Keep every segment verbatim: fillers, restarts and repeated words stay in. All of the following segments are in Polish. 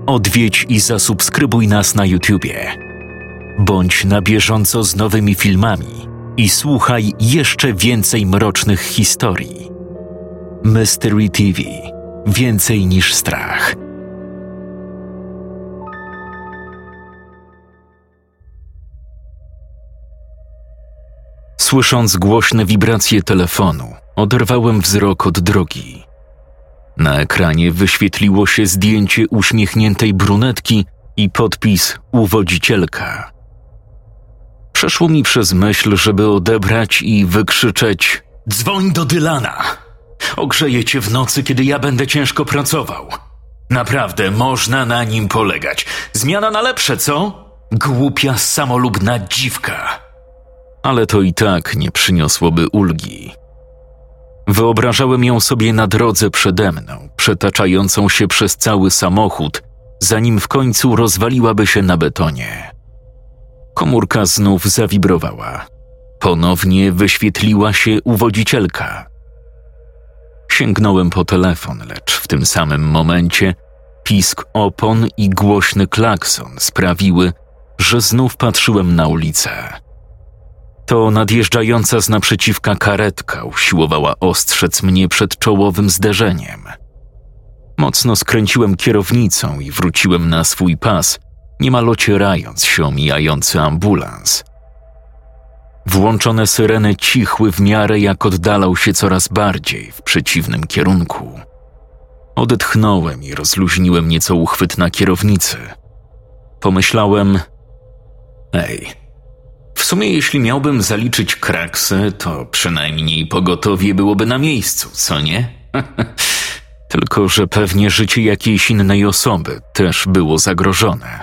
odwiedź i zasubskrybuj nas na YouTubie. Bądź na bieżąco z nowymi filmami i słuchaj jeszcze więcej mrocznych historii. Mystery T V. Więcej niż strach. Słysząc głośne wibracje telefonu, oderwałem wzrok od drogi. Na ekranie wyświetliło się zdjęcie uśmiechniętej brunetki i podpis uwodzicielka. Przeszło mi przez myśl, żeby odebrać i wykrzyczeć: dzwoń do Dylana! Ogrzeję cię w nocy, kiedy ja będę ciężko pracował. Naprawdę można na nim polegać. Zmiana na lepsze, co? Głupia, samolubna dziwka. Ale to i tak nie przyniosłoby ulgi. Wyobrażałem ją sobie na drodze przede mną, przetaczającą się przez cały samochód, zanim w końcu rozwaliłaby się na betonie. Komórka znów zawibrowała. Ponownie wyświetliła się uwodzicielka. Sięgnąłem po telefon, lecz w tym samym momencie pisk opon i głośny klakson sprawiły, że znów patrzyłem na ulicę. To nadjeżdżająca z naprzeciwka karetka usiłowała ostrzec mnie przed czołowym zderzeniem. Mocno skręciłem kierownicą i wróciłem na swój pas, niemal ocierając się o mijający ambulans. Włączone syreny cichły w miarę jak oddalał się coraz bardziej w przeciwnym kierunku. Odetchnąłem i rozluźniłem nieco uchwyt na kierownicy. Pomyślałem: Ej, w sumie jeśli miałbym zaliczyć kraksy, to przynajmniej pogotowie byłoby na miejscu, co nie? Tylko że pewnie życie jakiejś innej osoby też było zagrożone.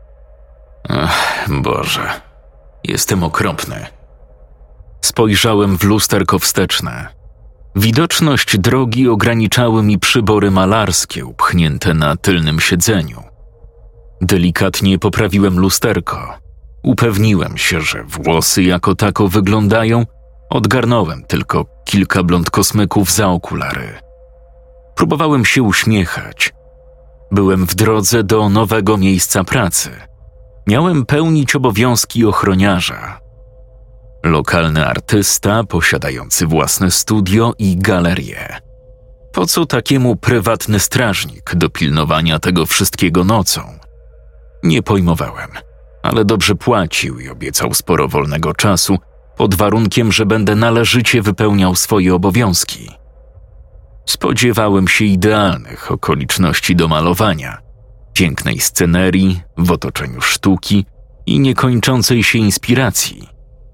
Ach, Boże, jestem okropny. Spojrzałem w lusterko wsteczne. Widoczność drogi ograniczały mi przybory malarskie upchnięte na tylnym siedzeniu. Delikatnie poprawiłem lusterko. Upewniłem się, że włosy jako tako wyglądają, odgarnąłem tylko kilka blond kosmyków za okulary. Próbowałem się uśmiechać. Byłem w drodze do nowego miejsca pracy. Miałem pełnić obowiązki ochroniarza. Lokalny artysta posiadający własne studio i galerię. Po co takiemu prywatny strażnik do pilnowania tego wszystkiego nocą? Nie pojmowałem, ale dobrze płacił i obiecał sporo wolnego czasu, pod warunkiem, że będę należycie wypełniał swoje obowiązki. Spodziewałem się idealnych okoliczności do malowania, pięknej scenerii w otoczeniu sztuki i niekończącej się inspiracji.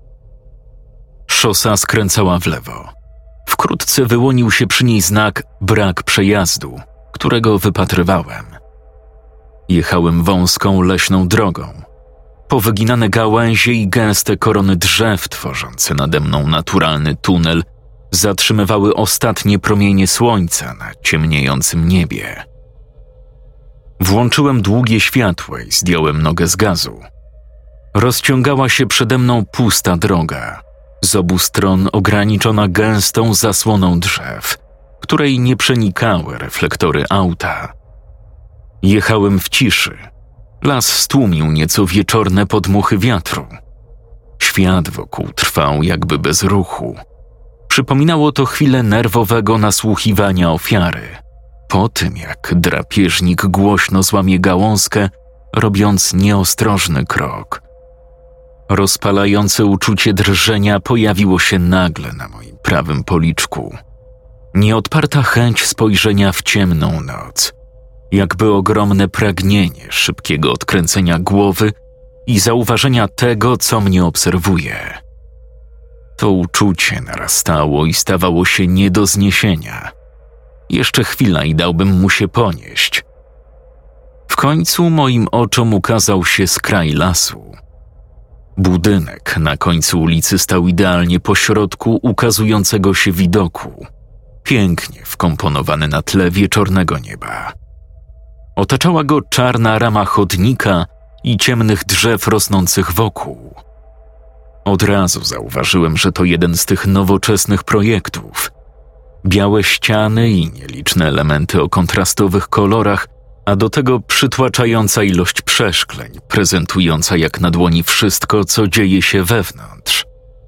Szosa skręcała w lewo. Wkrótce wyłonił się przy niej znak brak przejazdu, którego wypatrywałem. Jechałem wąską leśną drogą. Powyginane gałęzie i gęste korony drzew tworzące nade mną naturalny tunel zatrzymywały ostatnie promienie słońca na ciemniejącym niebie. Włączyłem długie światło i zdjąłem nogę z gazu. Rozciągała się przede mną pusta droga, z obu stron ograniczona gęstą zasłoną drzew, której nie przenikały reflektory auta. Jechałem w ciszy. Las stłumił nieco wieczorne podmuchy wiatru. Świat wokół trwał jakby bez ruchu. Przypominało to chwilę nerwowego nasłuchiwania ofiary, po tym jak drapieżnik głośno złamie gałązkę, robiąc nieostrożny krok. Rozpalające uczucie drżenia pojawiło się nagle na moim prawym policzku. Nieodparta chęć spojrzenia w ciemną noc, jakby ogromne pragnienie szybkiego odkręcenia głowy i zauważenia tego, co mnie obserwuje. To uczucie narastało i stawało się nie do zniesienia. Jeszcze chwila i dałbym mu się ponieść. W końcu moim oczom ukazał się skraj lasu. Budynek na końcu ulicy stał idealnie pośrodku ukazującego się widoku, pięknie wkomponowany na tle wieczornego nieba. Otaczała go czarna rama chodnika i ciemnych drzew rosnących wokół. Od razu zauważyłem, że to jeden z tych nowoczesnych projektów. Białe ściany i nieliczne elementy o kontrastowych kolorach a do tego przytłaczająca ilość przeszkleń, prezentująca jak na dłoni wszystko, co dzieje się wewnątrz.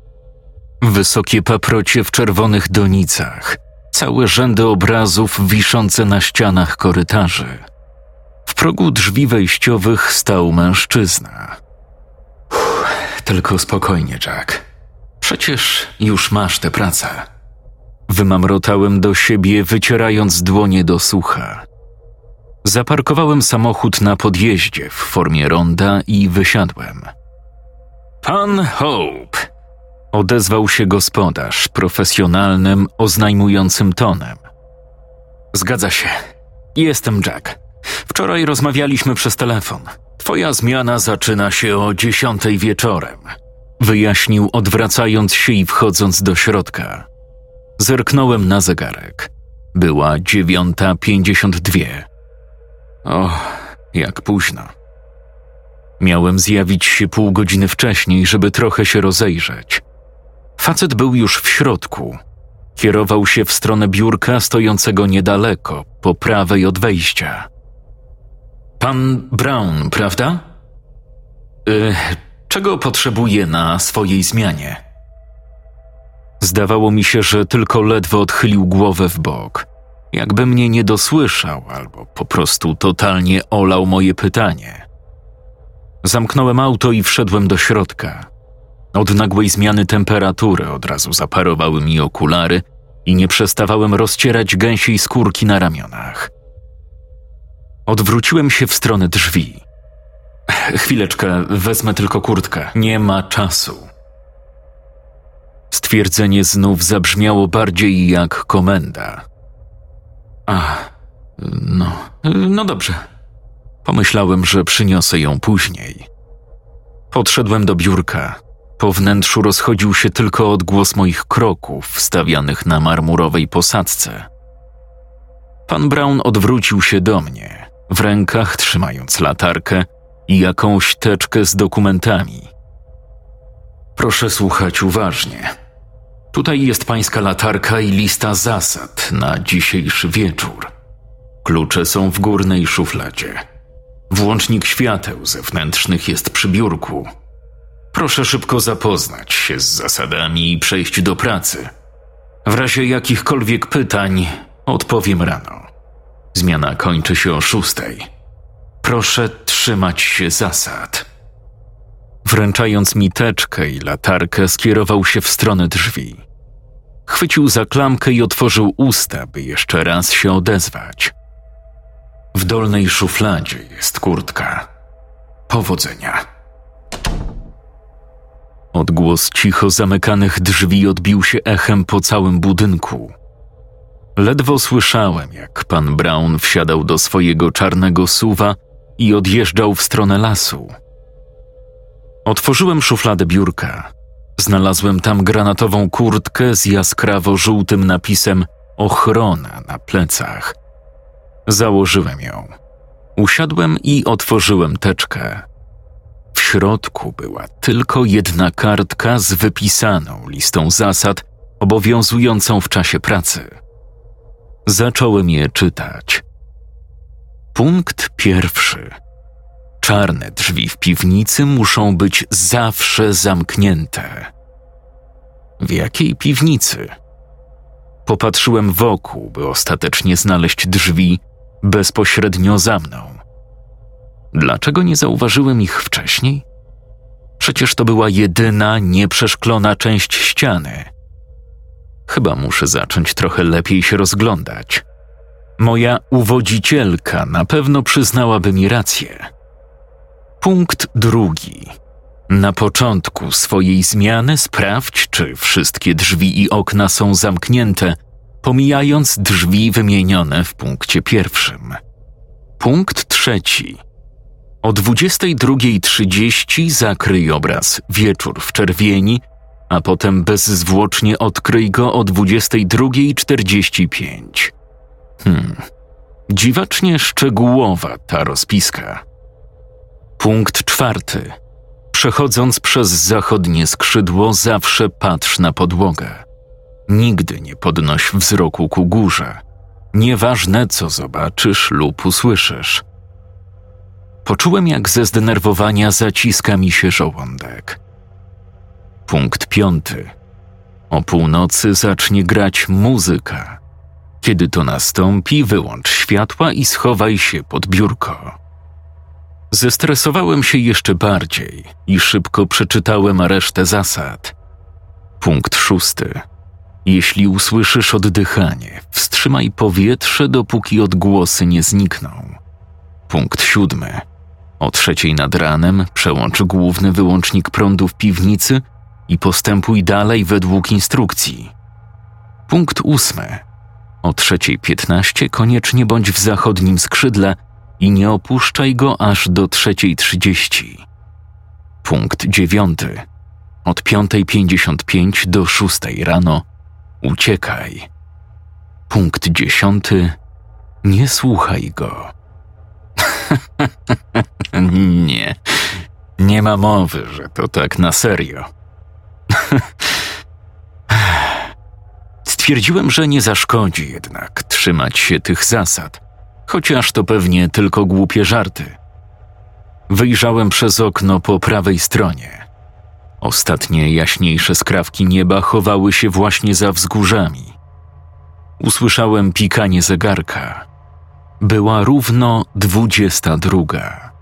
Wysokie paprocie w czerwonych donicach, całe rzędy obrazów wiszące na ścianach korytarzy. W progu drzwi wejściowych stał mężczyzna. Uff, tylko spokojnie, Jack. Przecież już masz tę pracę. Wymamrotałem do siebie, wycierając dłonie do sucha. Zaparkowałem samochód na podjeździe w formie ronda i wysiadłem. Pan Hope! Odezwał się gospodarz profesjonalnym, oznajmującym tonem. Zgadza się. Jestem Jack. Wczoraj rozmawialiśmy przez telefon. Twoja zmiana zaczyna się o dziesiątej wieczorem. Wyjaśnił, odwracając się i wchodząc do środka. Zerknąłem na zegarek. Była dziewiąta pięćdziesiąt dwie. O, jak późno. Miałem zjawić się pół godziny wcześniej, żeby trochę się rozejrzeć. Facet był już w środku. Kierował się w stronę biurka stojącego niedaleko, po prawej od wejścia. Pan Brown, prawda? Yy, czego potrzebuje na swojej zmianie? Zdawało mi się, że tylko ledwo odchylił głowę w bok. Jakby mnie nie dosłyszał, albo po prostu totalnie olał moje pytanie. Zamknąłem auto i wszedłem do środka. Od nagłej zmiany temperatury od razu zaparowały mi okulary i nie przestawałem rozcierać gęsiej skórki na ramionach. Odwróciłem się w stronę drzwi. Chwileczkę, wezmę tylko kurtkę. Nie ma czasu. Stwierdzenie znów zabrzmiało bardziej jak komenda. A, no, no dobrze. Pomyślałem, że przyniosę ją później. Podszedłem do biurka. Po wnętrzu rozchodził się tylko odgłos moich kroków stawianych na marmurowej posadzce. Pan Brown odwrócił się do mnie, w rękach trzymając latarkę i jakąś teczkę z dokumentami. Proszę słuchać uważnie. Tutaj jest pańska latarka i lista zasad na dzisiejszy wieczór. Klucze są w górnej szufladzie. Włącznik świateł zewnętrznych jest przy biurku. Proszę szybko zapoznać się z zasadami i przejść do pracy. W razie jakichkolwiek pytań odpowiem rano. Zmiana kończy się o szóstej. Proszę trzymać się zasad. Wręczając mi teczkę i latarkę, skierował się w stronę drzwi. Chwycił za klamkę i otworzył usta, by jeszcze raz się odezwać. W dolnej szufladzie jest kurtka. Powodzenia. Odgłos cicho zamykanych drzwi odbił się echem po całym budynku. Ledwo słyszałem, jak pan Brown wsiadał do swojego czarnego suwa i odjeżdżał w stronę lasu. Otworzyłem szufladę biurka. Znalazłem tam granatową kurtkę z jaskrawo-żółtym napisem „Ochrona” na plecach. Założyłem ją. Usiadłem i otworzyłem teczkę. W środku była tylko jedna kartka z wypisaną listą zasad obowiązującą w czasie pracy. Zacząłem je czytać. Punkt pierwszy. Czarne drzwi w piwnicy muszą być zawsze zamknięte. W jakiej piwnicy? Popatrzyłem wokół, by ostatecznie znaleźć drzwi bezpośrednio za mną. Dlaczego nie zauważyłem ich wcześniej? Przecież to była jedyna nieprzeszklona część ściany. Chyba muszę zacząć trochę lepiej się rozglądać. Moja uwodzicielka na pewno przyznałaby mi rację. Punkt drugi. Na początku swojej zmiany sprawdź, czy wszystkie drzwi i okna są zamknięte, pomijając drzwi wymienione w punkcie pierwszym. Punkt trzeci. O dwudziestej drugiej trzydzieści zakryj obraz Wieczór w czerwieni, a potem bezzwłocznie odkryj go o dwudziestej drugiej czterdzieści pięć. Hmm, dziwacznie szczegółowa ta rozpiska. Punkt czwarty. Przechodząc przez zachodnie skrzydło, zawsze patrz na podłogę. Nigdy nie podnoś wzroku ku górze. Nieważne, co zobaczysz lub usłyszysz. Poczułem, jak ze zdenerwowania zaciska mi się żołądek. Punkt piąty. O północy zacznie grać muzyka. Kiedy to nastąpi, wyłącz światła i schowaj się pod biurko. Zestresowałem się jeszcze bardziej i szybko przeczytałem resztę zasad. Punkt szósty. Jeśli usłyszysz oddychanie, wstrzymaj powietrze, dopóki odgłosy nie znikną. Punkt siódmy. O trzeciej nad ranem przełącz główny wyłącznik prądu w piwnicy i postępuj dalej według instrukcji. Punkt ósmy. O trzeciej piętnaście koniecznie bądź w zachodnim skrzydle i nie opuszczaj go aż do trzeciej trzydzieści. Punkt dziewiąty. Od piątej pięćdziesiąt pięć do szóstej rano uciekaj. Punkt dziesiąty. Nie słuchaj go. Nie, nie ma mowy, że to tak na serio. Stwierdziłem, że nie zaszkodzi jednak trzymać się tych zasad, chociaż to pewnie tylko głupie żarty. Wyjrzałem przez okno po prawej stronie. Ostatnie jaśniejsze skrawki nieba chowały się właśnie za wzgórzami. Usłyszałem pikanie zegarka. Była równo dwudziesta druga.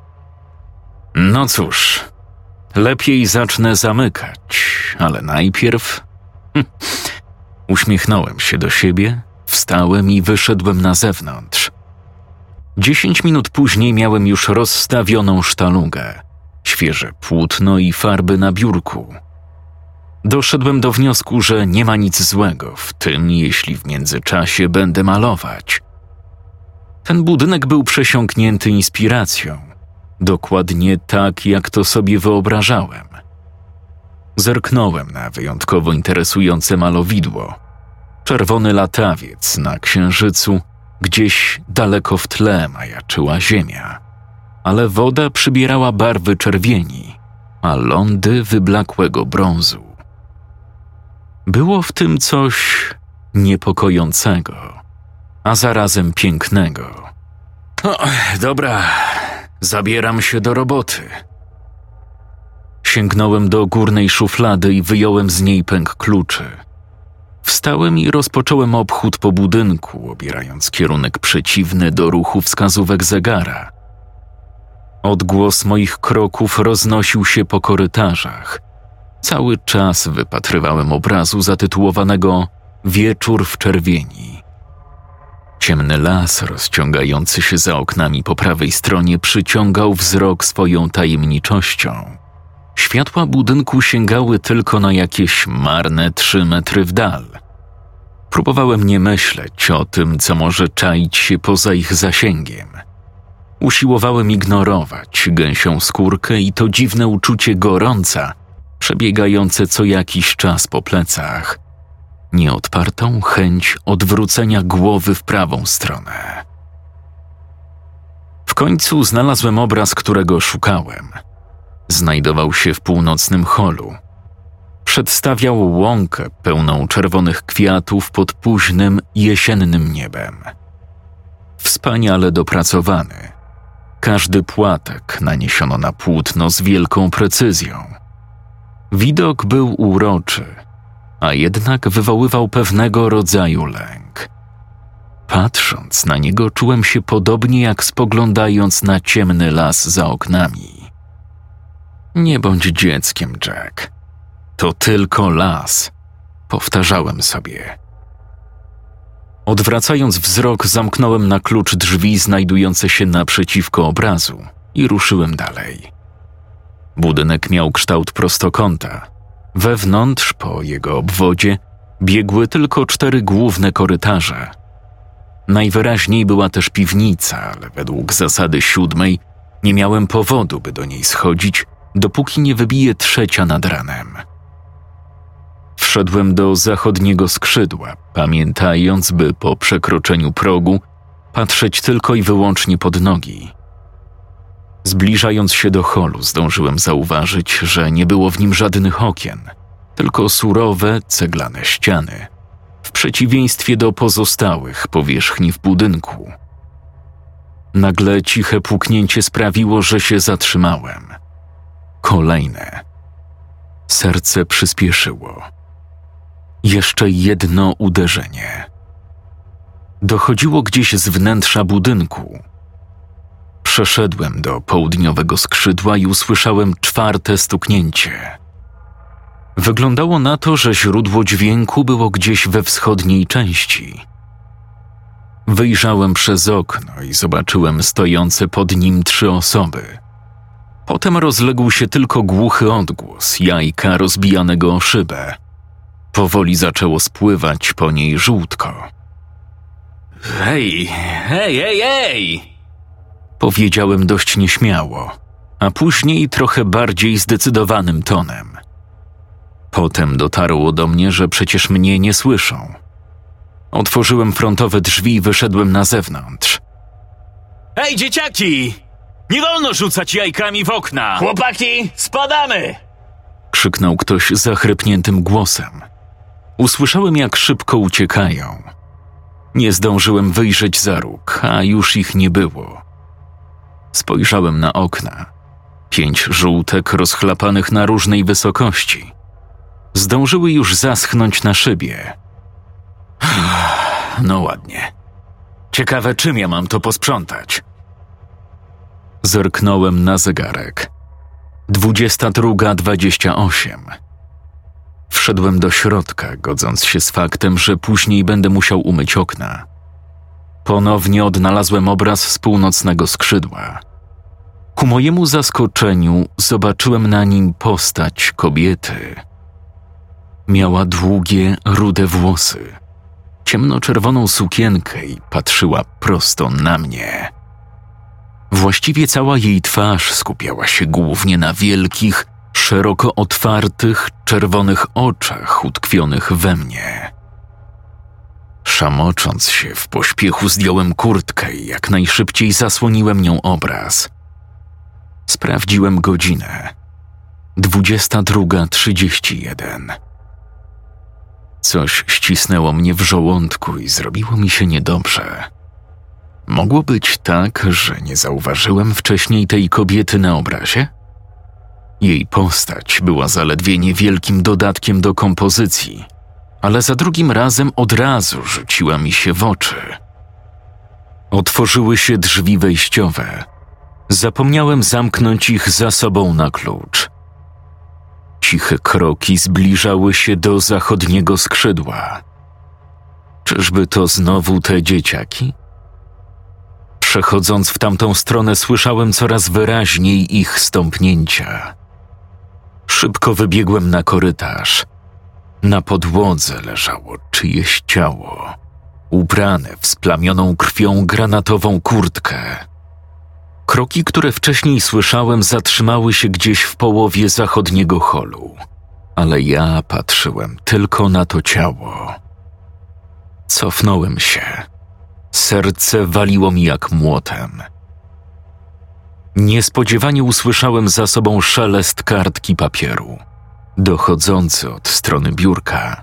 No cóż, lepiej zacznę zamykać, ale najpierw... Hm, uśmiechnąłem się do siebie, wstałem i wyszedłem na zewnątrz. Dziesięć minut później miałem już rozstawioną sztalugę, świeże płótno i farby na biurku. Doszedłem do wniosku, że nie ma nic złego w tym, jeśli w międzyczasie będę malować. Ten budynek był przesiąknięty inspiracją, dokładnie tak, jak to sobie wyobrażałem. Zerknąłem na wyjątkowo interesujące malowidło. Czerwony latawiec na księżycu, gdzieś daleko w tle majaczyła ziemia, ale woda przybierała barwy czerwieni, a lądy wyblakłego brązu. Było w tym coś niepokojącego, a zarazem pięknego. O, dobra, zabieram się do roboty. Sięgnąłem do górnej szuflady i wyjąłem z niej pęk kluczy. Wstałem i rozpocząłem obchód po budynku, obierając kierunek przeciwny do ruchu wskazówek zegara. Odgłos moich kroków roznosił się po korytarzach. Cały czas wypatrywałem obrazu zatytułowanego Wieczór w czerwieni. Ciemny las rozciągający się za oknami po prawej stronie przyciągał wzrok swoją tajemniczością. Światła budynku sięgały tylko na jakieś marne trzy metry w dal. Próbowałem nie myśleć o tym, co może czaić się poza ich zasięgiem. Usiłowałem ignorować gęsią skórkę i to dziwne uczucie gorąca, przebiegające co jakiś czas po plecach. Nieodpartą chęć odwrócenia głowy w prawą stronę. W końcu znalazłem obraz, którego szukałem. Znajdował się w północnym holu. Przedstawiał łąkę pełną czerwonych kwiatów pod późnym, jesiennym niebem. Wspaniale dopracowany. Każdy płatek naniesiono na płótno z wielką precyzją. Widok był uroczy, a jednak wywoływał pewnego rodzaju lęk. Patrząc na niego, czułem się podobnie jak spoglądając na ciemny las za oknami. Nie bądź dzieckiem, Jack. To tylko las, powtarzałem sobie. Odwracając wzrok, zamknąłem na klucz drzwi znajdujące się naprzeciwko obrazu i ruszyłem dalej. Budynek miał kształt prostokąta. Wewnątrz, po jego obwodzie, biegły tylko cztery główne korytarze. Najwyraźniej była też piwnica, ale według zasady siódmej nie miałem powodu, by do niej schodzić, dopóki nie wybije trzecia nad ranem. Wszedłem do zachodniego skrzydła, pamiętając, by po przekroczeniu progu patrzeć tylko i wyłącznie pod nogi. Zbliżając się do holu, zdążyłem zauważyć, że nie było w nim żadnych okien, tylko surowe, ceglane ściany, w przeciwieństwie do pozostałych powierzchni w budynku. Nagle ciche puknięcie sprawiło, że się zatrzymałem. Kolejne. Serce przyspieszyło. Jeszcze jedno uderzenie. Dochodziło gdzieś z wnętrza budynku. Przeszedłem do południowego skrzydła i usłyszałem czwarte stuknięcie. Wyglądało na to, że źródło dźwięku było gdzieś we wschodniej części. Wyjrzałem przez okno i zobaczyłem stojące pod nim trzy osoby. Potem rozległ się tylko głuchy odgłos jajka rozbijanego o szybę. Powoli zaczęło spływać po niej żółtko. Hej, hej, hej, hej! Powiedziałem dość nieśmiało, a później trochę bardziej zdecydowanym tonem. Potem dotarło do mnie, że przecież mnie nie słyszą. Otworzyłem frontowe drzwi i wyszedłem na zewnątrz. Hej, dzieciaki! Nie wolno rzucać jajkami w okna! Chłopaki, spadamy! Krzyknął ktoś zachrypniętym głosem. Usłyszałem, jak szybko uciekają. Nie zdążyłem wyjrzeć za róg, a już ich nie było. Spojrzałem na okna. Pięć żółtek rozchlapanych na różnej wysokości. Zdążyły już zaschnąć na szybie. No ładnie. Ciekawe, czym ja mam to posprzątać. Zerknąłem na zegarek. Dwudziesta druga dwadzieścia osiem. Wszedłem do środka, godząc się z faktem, że później będę musiał umyć okna. Ponownie odnalazłem obraz z północnego skrzydła. Ku mojemu zaskoczeniu zobaczyłem na nim postać kobiety. Miała długie, rude włosy, ciemnoczerwoną sukienkę i patrzyła prosto na mnie. Właściwie cała jej twarz skupiała się głównie na wielkich, szeroko otwartych, czerwonych oczach utkwionych we mnie. Szamocząc się, w pośpiechu zdjąłem kurtkę i jak najszybciej zasłoniłem nią obraz. Sprawdziłem godzinę. Dwudziesta druga trzydzieści jeden. Coś ścisnęło mnie w żołądku i zrobiło mi się niedobrze. Mogło być tak, że nie zauważyłem wcześniej tej kobiety na obrazie? Jej postać była zaledwie niewielkim dodatkiem do kompozycji, ale za drugim razem od razu rzuciła mi się w oczy. Otworzyły się drzwi wejściowe. Zapomniałem zamknąć ich za sobą na klucz. Ciche kroki zbliżały się do zachodniego skrzydła. Czyżby to znowu te dzieciaki? Przechodząc w tamtą stronę, słyszałem coraz wyraźniej ich stąpnięcia. Szybko wybiegłem na korytarz. Na podłodze leżało czyjeś ciało, ubrane w splamioną krwią granatową kurtkę. Kroki, które wcześniej słyszałem, zatrzymały się gdzieś w połowie zachodniego holu, ale ja patrzyłem tylko na to ciało. Cofnąłem się. Serce waliło mi jak młotem. Niespodziewanie usłyszałem za sobą szelest kartki papieru, dochodzący od strony biurka.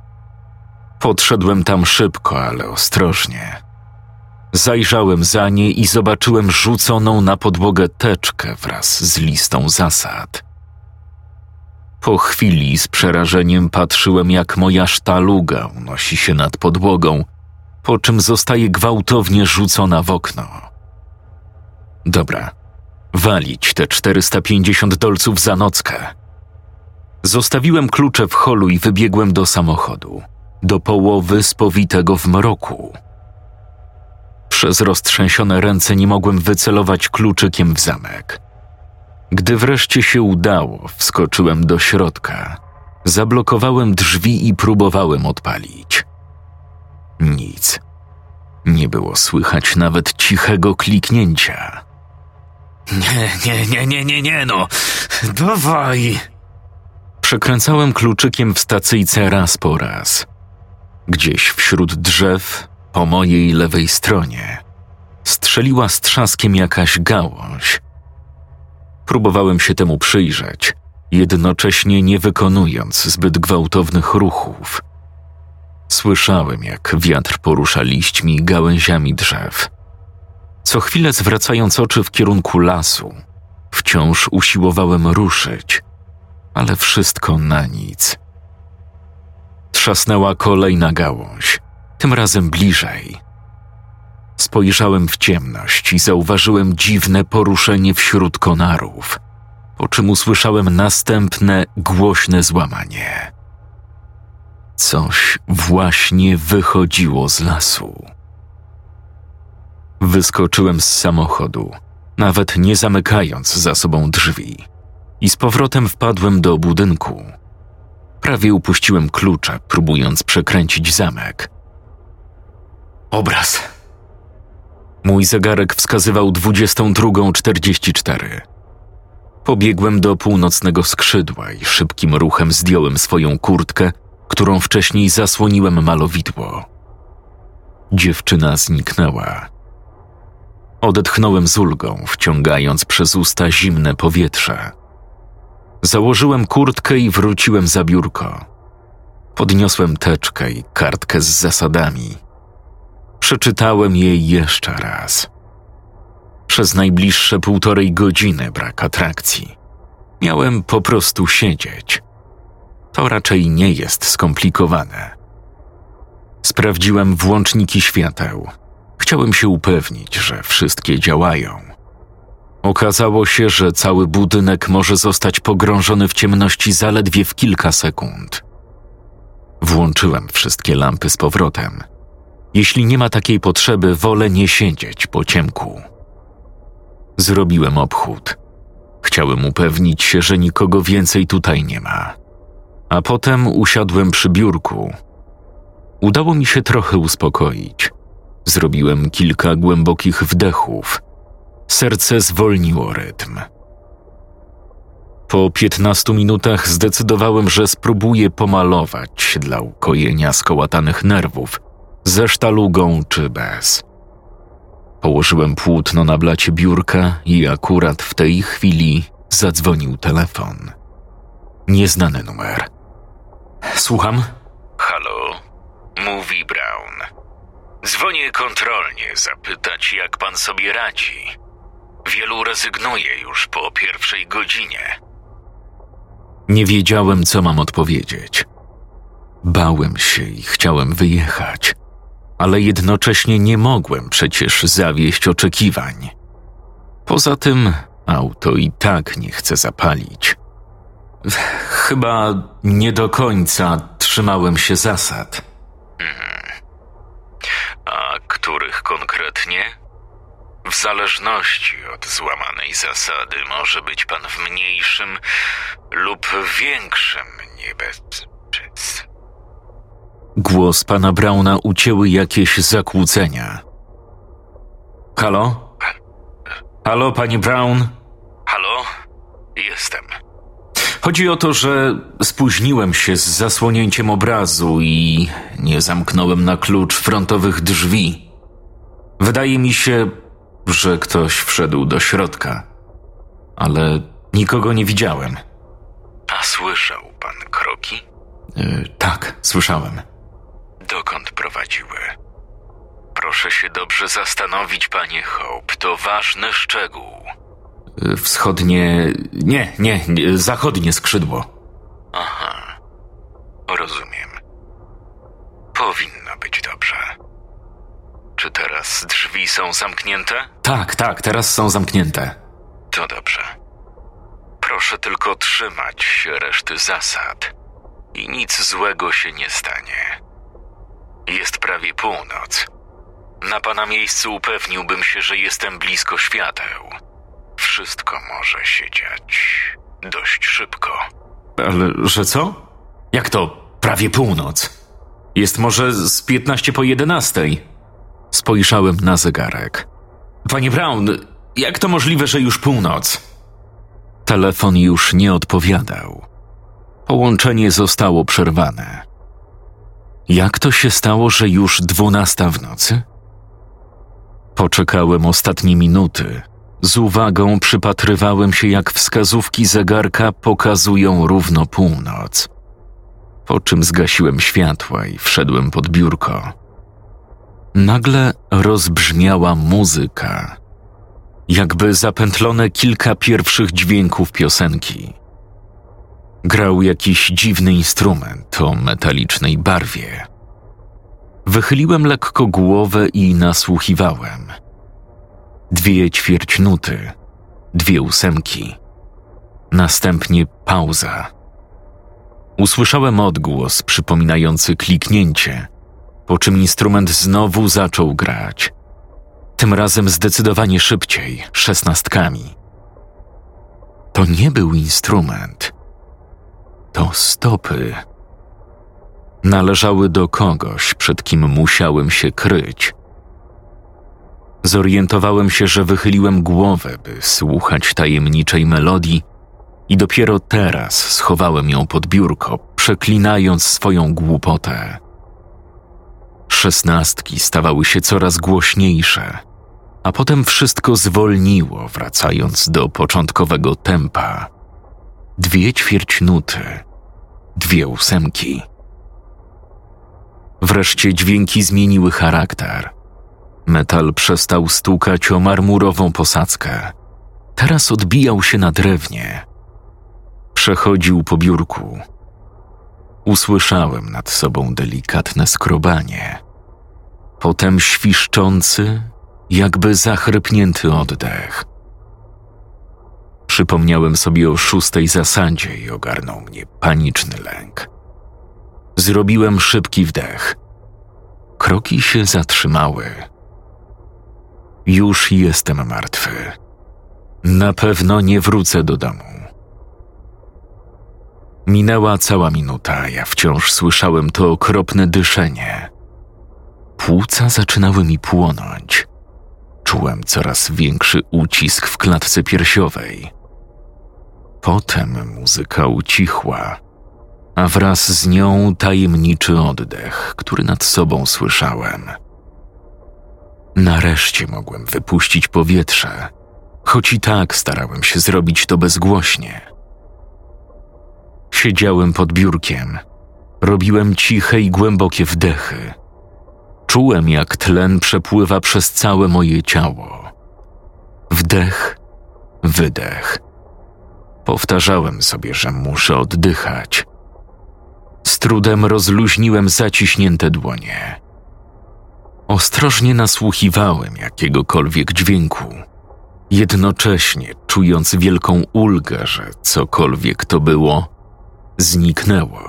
Podszedłem tam szybko, ale ostrożnie. Zajrzałem za nie i zobaczyłem rzuconą na podłogę teczkę wraz z listą zasad. Po chwili z przerażeniem patrzyłem, jak moja sztaluga unosi się nad podłogą, po czym zostaje gwałtownie rzucona w okno. Dobra, walić te czterysta pięćdziesiąt dolców za nockę. Zostawiłem klucze w holu i wybiegłem do samochodu, do połowy spowitego w mroku. Przez roztrzęsione ręce nie mogłem wycelować kluczykiem w zamek. Gdy wreszcie się udało, wskoczyłem do środka, zablokowałem drzwi i próbowałem odpalić. Nic. Nie było słychać nawet cichego kliknięcia. Nie, nie, nie, nie, nie, nie, no, dawaj! Przekręcałem kluczykiem w stacyjce raz po raz. Gdzieś wśród drzew, po mojej lewej stronie, strzeliła z trzaskiem jakaś gałąź. Próbowałem się temu przyjrzeć, jednocześnie nie wykonując zbyt gwałtownych ruchów. Słyszałem, jak wiatr porusza liśćmi i gałęziami drzew. Co chwilę zwracając oczy w kierunku lasu, wciąż usiłowałem ruszyć, ale wszystko na nic. Trzasnęła kolejna gałąź, tym razem bliżej. Spojrzałem w ciemność i zauważyłem dziwne poruszenie wśród konarów, po czym usłyszałem następne głośne złamanie. Coś właśnie wychodziło z lasu. Wyskoczyłem z samochodu, nawet nie zamykając za sobą drzwi, i z powrotem wpadłem do budynku. Prawie upuściłem klucza, próbując przekręcić zamek. Obraz. Mój zegarek wskazywał dwudziestą drugą czterdzieści cztery. Pobiegłem do północnego skrzydła i szybkim ruchem zdjąłem swoją kurtkę, którą wcześniej zasłoniłem malowidło. Dziewczyna zniknęła. Odetchnąłem z ulgą, wciągając przez usta zimne powietrze. Założyłem kurtkę i wróciłem za biurko. Podniosłem teczkę i kartkę z zasadami. Przeczytałem je jeszcze raz. Przez najbliższe półtorej godziny brak atrakcji. Miałem po prostu siedzieć. To raczej nie jest skomplikowane. Sprawdziłem włączniki świateł. Chciałem się upewnić, że wszystkie działają. Okazało się, że cały budynek może zostać pogrążony w ciemności zaledwie w kilka sekund. Włączyłem wszystkie lampy z powrotem. Jeśli nie ma takiej potrzeby, wolę nie siedzieć po ciemku. Zrobiłem obchód. Chciałem upewnić się, że nikogo więcej tutaj nie ma. A potem usiadłem przy biurku. Udało mi się trochę uspokoić. Zrobiłem kilka głębokich wdechów. Serce zwolniło rytm. Po piętnastu minutach zdecydowałem, że spróbuję pomalować dla ukojenia skołatanych nerwów, ze sztalugą czy bez. Położyłem płótno na blacie biurka i akurat w tej chwili zadzwonił telefon. Nieznany numer. Słucham? Halo, mówi Brown. Dzwonię kontrolnie zapytać, jak pan sobie radzi. Wielu rezygnuje już po pierwszej godzinie. Nie wiedziałem, co mam odpowiedzieć. Bałem się i chciałem wyjechać, ale jednocześnie nie mogłem przecież zawieść oczekiwań. Poza tym auto i tak nie chcę zapalić. Chyba nie do końca trzymałem się zasad. Hmm. A których konkretnie? W zależności od złamanej zasady może być pan w mniejszym lub większym niebezpieczeństwie. Głos pana Browna ucięły jakieś zakłócenia. Halo? Halo, panie Brown? Halo? Jestem. Chodzi o to, że spóźniłem się z zasłonięciem obrazu i nie zamknąłem na klucz frontowych drzwi. Wydaje mi się, że ktoś wszedł do środka, ale nikogo nie widziałem. A słyszał pan kroki? Yy, tak, słyszałem. Dokąd prowadziły? Proszę się dobrze zastanowić, panie Hope, to ważny szczegół. Yy, wschodnie... Nie, nie, nie, zachodnie skrzydło. Aha, rozumiem. Powinno być dobrze. Czy teraz drzwi są zamknięte? Tak, tak, teraz są zamknięte. To dobrze. Proszę tylko trzymać się reszty zasad i nic złego się nie stanie. Jest prawie północ. Na pana miejscu upewniłbym się, że jestem blisko świateł. Wszystko może się dziać dość szybko. Ale że co? Jak to prawie północ? Jest może z piętnaście po jedenastej. Spojrzałem na zegarek. Panie Brown, jak to możliwe, że już północ? Telefon już nie odpowiadał. Połączenie zostało przerwane. Jak to się stało, że już dwunasta w nocy? Poczekałem ostatnie minuty. Z uwagą przypatrywałem się, jak wskazówki zegarka pokazują równo północ. po czym zgasiłem światła i wszedłem pod biurko. Nagle rozbrzmiała muzyka, jakby zapętlone kilka pierwszych dźwięków piosenki. Grał jakiś dziwny instrument o metalicznej barwie. Wychyliłem lekko głowę i nasłuchiwałem. Dwie ćwierćnuty, dwie ósemki. Następnie pauza. Usłyszałem odgłos przypominający kliknięcie, po czym instrument znowu zaczął grać. Tym razem zdecydowanie szybciej, szesnastkami. To nie był instrument. To stopy. Należały do kogoś, przed kim musiałem się kryć. Zorientowałem się, że wychyliłem głowę, by słuchać tajemniczej melodii i dopiero teraz schowałem ją pod biurko, przeklinając swoją głupotę. Szesnastki stawały się coraz głośniejsze, a potem wszystko zwolniło, wracając do początkowego tempa. Dwie ćwierćnuty, dwie ósemki. Wreszcie dźwięki zmieniły charakter. Metal przestał stukać o marmurową posadzkę. Teraz odbijał się na drewnie. Przechodził po biurku. Usłyszałem nad sobą delikatne skrobanie. Potem świszczący, jakby zachrypnięty oddech. Przypomniałem sobie o szóstej zasadzie i ogarnął mnie paniczny lęk. Zrobiłem szybki wdech. Kroki się zatrzymały. Już jestem martwy. Na pewno nie wrócę do domu. Minęła cała minuta, ja wciąż słyszałem to okropne dyszenie. Płuca zaczynały mi płonąć. Czułem coraz większy ucisk w klatce piersiowej. Potem muzyka ucichła, a wraz z nią tajemniczy oddech, który nad sobą słyszałem. Nareszcie mogłem wypuścić powietrze, choć i tak starałem się zrobić to bezgłośnie. Siedziałem pod biurkiem, robiłem ciche i głębokie wdechy. Czułem, jak tlen przepływa przez całe moje ciało. Wdech, wydech. Powtarzałem sobie, że muszę oddychać. Z trudem rozluźniłem zaciśnięte dłonie. Ostrożnie nasłuchiwałem jakiegokolwiek dźwięku, jednocześnie czując wielką ulgę, że cokolwiek to było, zniknęło.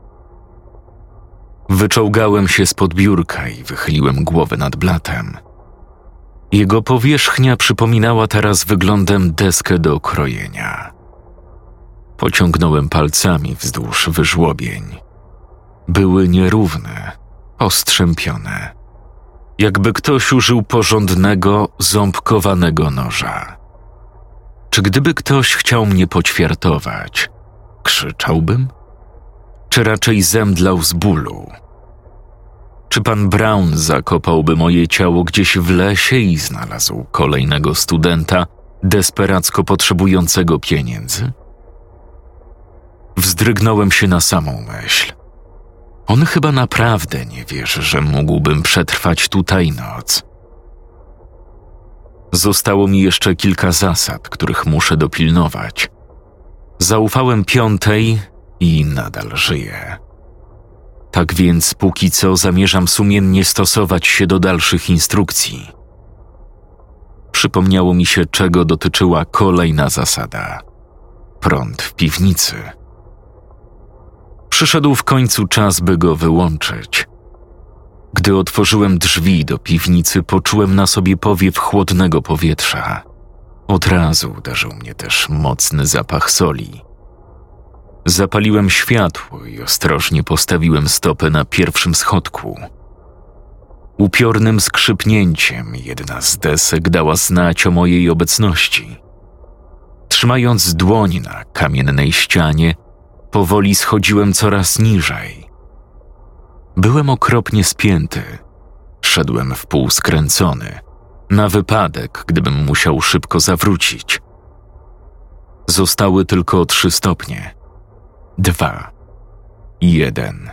Wyczołgałem się spod biurka i wychyliłem głowę nad blatem. Jego powierzchnia przypominała teraz wyglądem deskę do krojenia. Pociągnąłem palcami wzdłuż wyżłobień. Były nierówne, ostrzępione. Jakby ktoś użył porządnego, ząbkowanego noża. Czy gdyby ktoś chciał mnie poćwiartować, krzyczałbym? Czy raczej zemdlał z bólu? Czy pan Brown zakopałby moje ciało gdzieś w lesie i znalazł kolejnego studenta desperacko potrzebującego pieniędzy? Wzdrygnąłem się na samą myśl. On chyba naprawdę nie wierzy, że mógłbym przetrwać tutaj noc. Zostało mi jeszcze kilka zasad, których muszę dopilnować. Zaufałem piątej i nadal żyję. Tak więc póki co zamierzam sumiennie stosować się do dalszych instrukcji. Przypomniało mi się, czego dotyczyła kolejna zasada. Prąd w piwnicy. Przyszedł w końcu czas, by go wyłączyć. Gdy otworzyłem drzwi do piwnicy, poczułem na sobie powiew chłodnego powietrza. Od razu uderzył mnie też mocny zapach soli. Zapaliłem światło i ostrożnie postawiłem stopę na pierwszym schodku. Upiornym skrzypnięciem jedna z desek dała znać o mojej obecności. Trzymając dłoń na kamiennej ścianie, powoli schodziłem coraz niżej. Byłem okropnie spięty. Szedłem wpół skręcony, na wypadek, gdybym musiał szybko zawrócić. Zostały tylko trzy stopnie. Dwa. Jeden.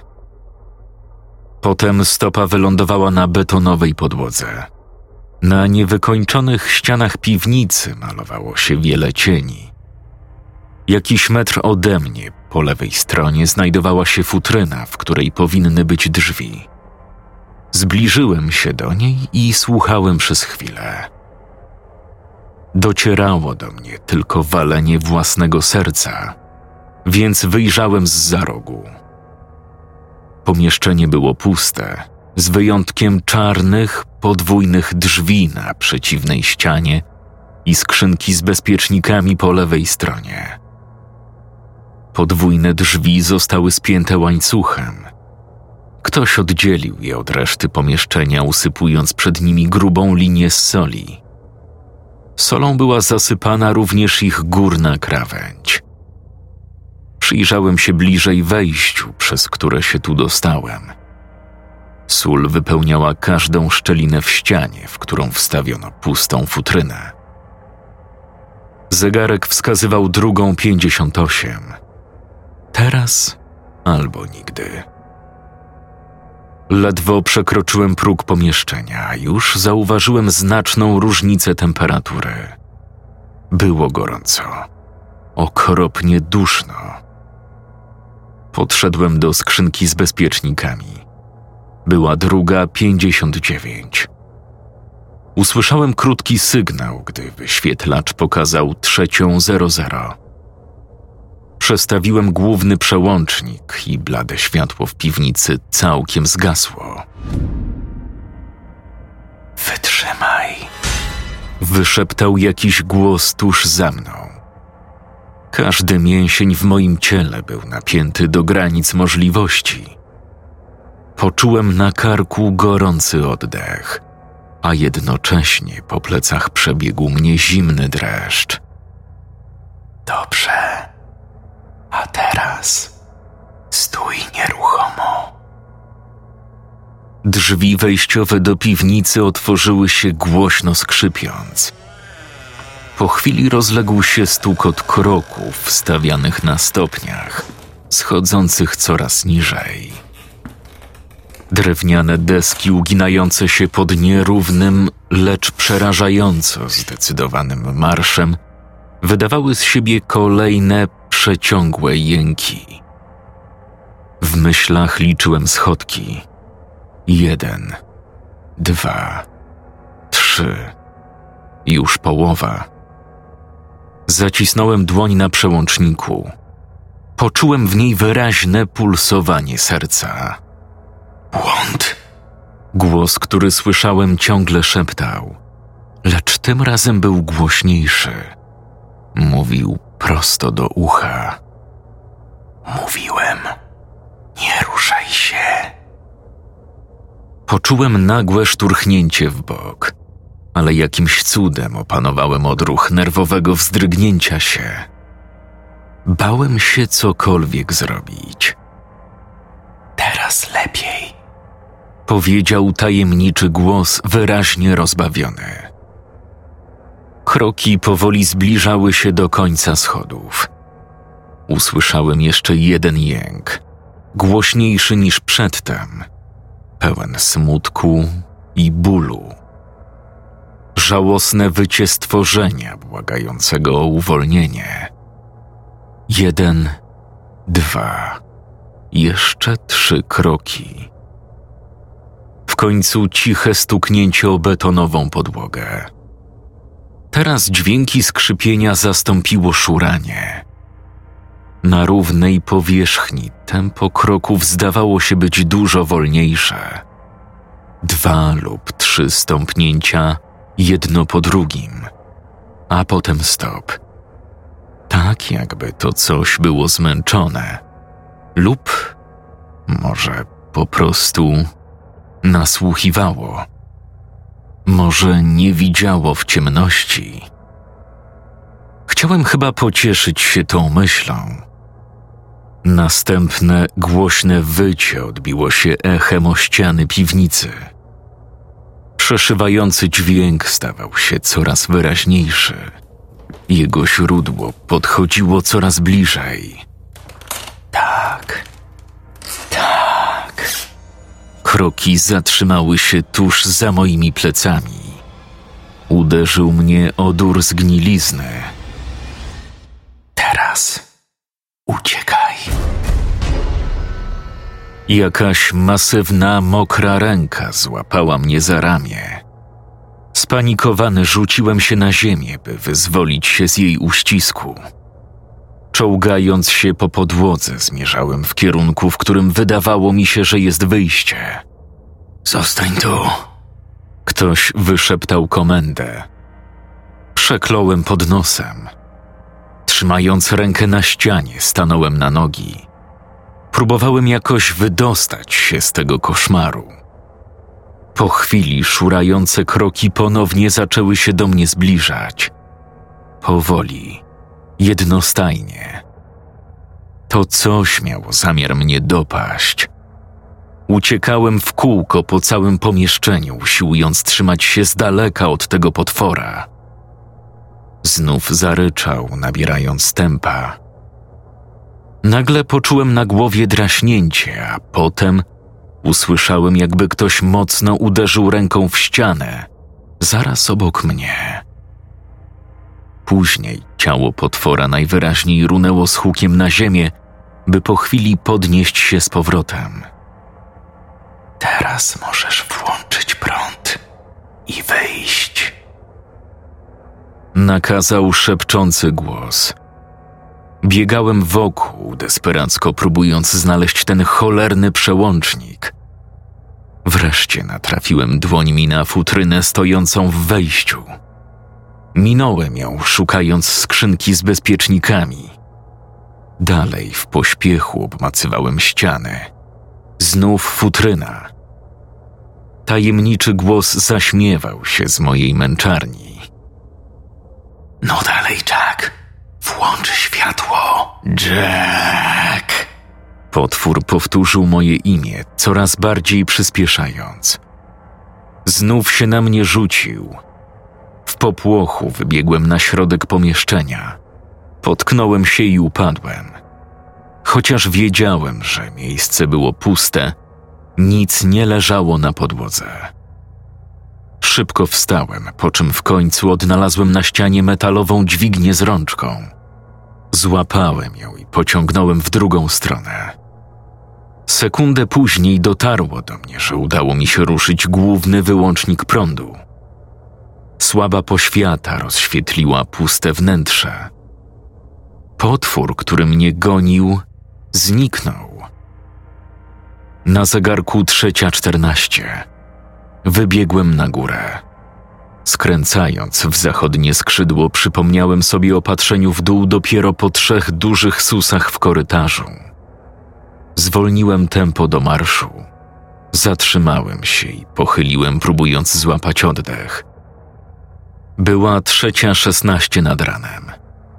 Potem stopa wylądowała na betonowej podłodze. Na niewykończonych ścianach piwnicy malowało się wiele cieni. Jakiś metr ode mnie, po lewej stronie, znajdowała się futryna, w której powinny być drzwi. Zbliżyłem się do niej i słuchałem przez chwilę. Docierało do mnie tylko walenie własnego serca, więc wyjrzałem zza rogu. Pomieszczenie było puste, z wyjątkiem czarnych, podwójnych drzwi na przeciwnej ścianie i skrzynki z bezpiecznikami po lewej stronie. Podwójne drzwi zostały spięte łańcuchem. Ktoś oddzielił je od reszty pomieszczenia, usypując przed nimi grubą linię z soli. Solą była zasypana również ich górna krawędź. Przyjrzałem się bliżej wejściu, przez które się tu dostałem. Sól wypełniała każdą szczelinę w ścianie, w którą wstawiono pustą futrynę. Zegarek wskazywał drugą pięćdziesiąt osiem. Teraz albo nigdy. Ledwo przekroczyłem próg pomieszczenia, a już zauważyłem znaczną różnicę temperatury. Było gorąco. Okropnie duszno. Podszedłem do skrzynki z bezpiecznikami. Była druga pięćdziesiąt dziewięć. Usłyszałem krótki sygnał, gdy wyświetlacz pokazał trzecią zero zero. Przestawiłem główny przełącznik i blade światło w piwnicy całkiem zgasło. Wytrzymaj, wyszeptał jakiś głos tuż za mną. Każdy mięsień w moim ciele był napięty do granic możliwości. Poczułem na karku gorący oddech, a jednocześnie po plecach przebiegł mnie zimny dreszcz. Dobrze. A teraz stój nieruchomo. Drzwi wejściowe do piwnicy otworzyły się głośno skrzypiąc. Po chwili rozległ się stukot kroków stawianych na stopniach, schodzących coraz niżej. Drewniane deski uginające się pod nierównym, lecz przerażająco zdecydowanym marszem wydawały z siebie kolejne przeciągłe jęki. W myślach liczyłem schodki. Jeden, dwa, trzy. Już połowa. Zacisnąłem dłoń na przełączniku. Poczułem w niej wyraźne pulsowanie serca. Błąd. Głos, który słyszałem, ciągle szeptał, lecz tym razem był głośniejszy. Mówił prosto do ucha. Mówiłem, nie ruszaj się. Poczułem nagłe szturchnięcie w bok, ale jakimś cudem opanowałem odruch nerwowego wzdrygnięcia się. Bałem się cokolwiek zrobić. Teraz lepiej, powiedział tajemniczy głos wyraźnie rozbawiony. Kroki powoli zbliżały się do końca schodów. Usłyszałem jeszcze jeden jęk, głośniejszy niż przedtem, pełen smutku i bólu. Żałosne wycie stworzenia błagającego o uwolnienie. Jeden, dwa, jeszcze trzy kroki. W końcu ciche stuknięcie o betonową podłogę. Teraz dźwięki skrzypienia zastąpiło szuranie. Na równej powierzchni tempo kroków zdawało się być dużo wolniejsze. Dwa lub trzy stąpnięcia, jedno po drugim, a potem stop. Tak jakby to coś było zmęczone lub może po prostu nasłuchiwało. Może nie widziało w ciemności. Chciałem chyba pocieszyć się tą myślą. Następne głośne wycie odbiło się echem o ściany piwnicy. Przeszywający dźwięk stawał się coraz wyraźniejszy. Jego źródło podchodziło coraz bliżej. Tak, Kroki zatrzymały się tuż za moimi plecami. Uderzył mnie odór zgnilizny. Teraz uciekaj. Jakaś masywna, mokra ręka złapała mnie za ramię. Spanikowany rzuciłem się na ziemię, by wyzwolić się z jej uścisku. Czołgając się po podłodze, zmierzałem w kierunku, w którym wydawało mi się, że jest wyjście. Zostań tu. Ktoś wyszeptał komendę. Przekląłem pod nosem. Trzymając rękę na ścianie, stanąłem na nogi. Próbowałem jakoś wydostać się z tego koszmaru. Po chwili szurające kroki ponownie zaczęły się do mnie zbliżać. Powoli, jednostajnie. To coś miało zamiar mnie dopaść. Uciekałem w kółko po całym pomieszczeniu, usiłując trzymać się z daleka od tego potwora. Znów zaryczał, nabierając tempa. Nagle poczułem na głowie draśnięcie, a potem usłyszałem, jakby ktoś mocno uderzył ręką w ścianę, zaraz obok mnie. Później ciało potwora najwyraźniej runęło z hukiem na ziemię, by po chwili podnieść się z powrotem. Teraz możesz włączyć prąd i wyjść. Nakazał szepczący głos. Biegałem wokół, desperacko próbując znaleźć ten cholerny przełącznik. Wreszcie natrafiłem dłońmi na futrynę stojącą w wejściu. Minąłem ją, szukając skrzynki z bezpiecznikami. Dalej w pośpiechu obmacywałem ściany. Znów futryna. Tajemniczy głos zaśmiewał się z mojej męczarni. No dalej, Jack. Włącz światło. Jack. Potwór powtórzył moje imię, coraz bardziej przyspieszając. Znów się na mnie rzucił. W popłochu wybiegłem na środek pomieszczenia. Potknąłem się i upadłem. Chociaż wiedziałem, że miejsce było puste, nic nie leżało na podłodze. Szybko wstałem, po czym w końcu odnalazłem na ścianie metalową dźwignię z rączką. Złapałem ją i pociągnąłem w drugą stronę. Sekundę później dotarło do mnie, że udało mi się ruszyć główny wyłącznik prądu. Słaba poświata rozświetliła puste wnętrze. Potwór, który mnie gonił, zniknął. Na zegarku trzecia czternaście. Wybiegłem na górę. Skręcając w zachodnie skrzydło, przypomniałem sobie o patrzeniu w dół dopiero po trzech dużych susach w korytarzu. Zwolniłem tempo do marszu. Zatrzymałem się i pochyliłem, próbując złapać oddech. Była trzecia szesnaście nad ranem.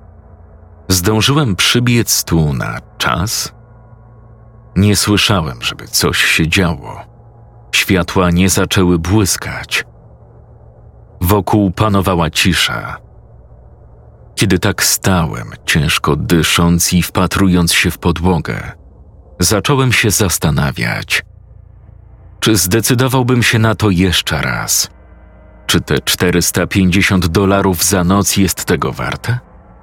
Zdążyłem przybiec tu na czas? Nie słyszałem, żeby coś się działo. Światła nie zaczęły błyskać. Wokół panowała cisza. Kiedy tak stałem, ciężko dysząc i wpatrując się w podłogę, zacząłem się zastanawiać. Czy zdecydowałbym się na to jeszcze raz? Czy te czterysta pięćdziesiąt dolarów za noc jest tego warte?